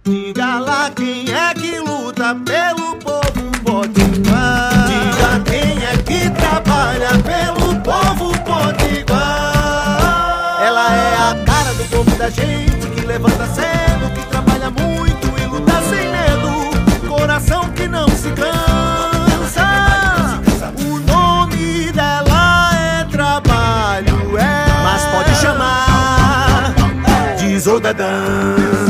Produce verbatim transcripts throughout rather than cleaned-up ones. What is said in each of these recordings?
Diga lá quem é que luta pelo povo potiguar. Diga quem é que trabalha pelo povo potiguar. Ela é a cara do povo da gente, que levanta cedo, que trabalha muito e luta sem medo. Coração que não se cansa. O nome dela é trabalho, é. Mas pode chamar de Isolda Dantas.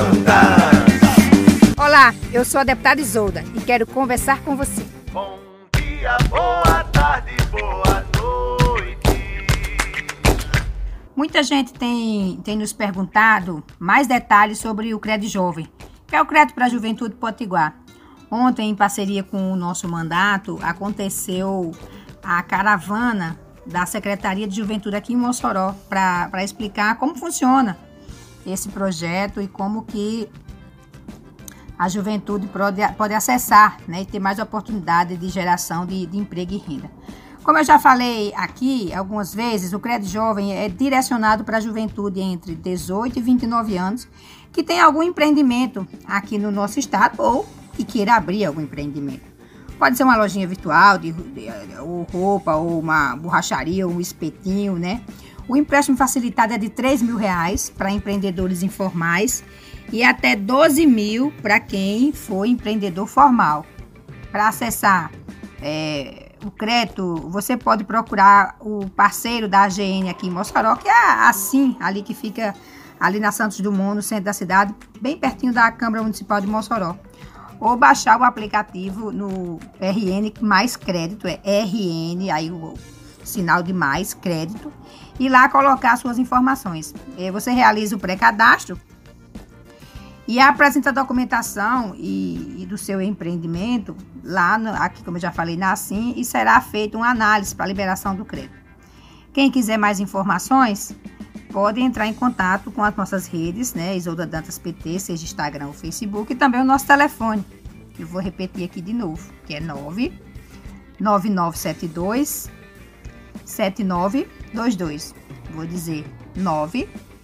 Olá, eu sou a deputada Isolda e quero conversar com você. Bom dia, boa tarde, boa noite. Muita gente tem, tem nos perguntado mais detalhes sobre o Crédito Jovem, que é o Crédito para a Juventude Potiguar. Ontem, em parceria com o nosso mandato, aconteceu a caravana da Secretaria de Juventude aqui em Mossoró para explicar como funciona esse projeto e como que a juventude pode, pode acessar, né, e ter mais oportunidade de geração de, de emprego e renda. Como eu já falei aqui algumas vezes, o Crédito Jovem é direcionado para a juventude entre dezoito e vinte e nove anos que tem algum empreendimento aqui no nosso estado ou que queira abrir algum empreendimento. Pode ser uma lojinha virtual, de, de, ou roupa, ou uma borracharia, ou um espetinho, né? O empréstimo facilitado é de três mil reais para empreendedores informais e até doze mil para quem for empreendedor formal. Para acessar é, o crédito, você pode procurar o parceiro da A G N aqui em Mossoró, que é a Assim, ali que fica ali na Santos Dumont, no centro da cidade, bem pertinho da Câmara Municipal de Mossoró. Ou baixar o aplicativo no R N Mais Crédito, é R N, aí o sinal de mais crédito, e lá colocar suas informações. Você realiza o pré-cadastro e apresenta a documentação e, e do seu empreendimento lá, no, aqui como eu já falei, na Assim, e será feita uma análise para a liberação do crédito. Quem quiser mais informações, pode entrar em contato com as nossas redes, né, Isolda Dantas P T, seja Instagram ou Facebook, e também o nosso telefone, que eu vou repetir aqui de novo, que é nove nove nove sete dois sete nove dois dois. Vou dizer nove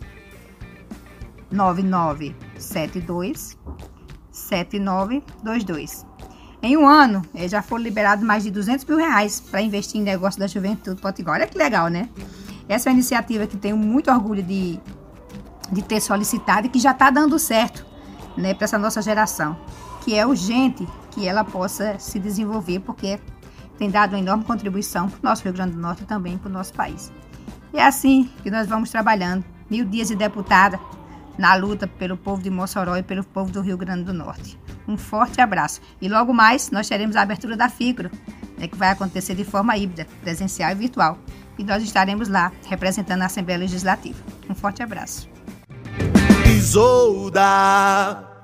nove nove sete dois sete nove dois dois. Em um ano, já foram liberados mais de duzentos mil reais para investir em negócio da juventude potiguar. Olha que legal, né? Essa é uma iniciativa que tenho muito orgulho de, de ter solicitado e que já está dando certo, né, para essa nossa geração, que é urgente que ela possa se desenvolver, porque tem dado uma enorme contribuição para o nosso Rio Grande do Norte e também para o nosso país. E é assim que nós vamos trabalhando, mil dias de deputada, na luta pelo povo de Mossoró e pelo povo do Rio Grande do Norte. Um forte abraço. E logo mais nós teremos a abertura da FICRO, né, que vai acontecer de forma híbrida, presencial e virtual. E nós estaremos lá representando a Assembleia Legislativa. Um forte abraço. Isolda.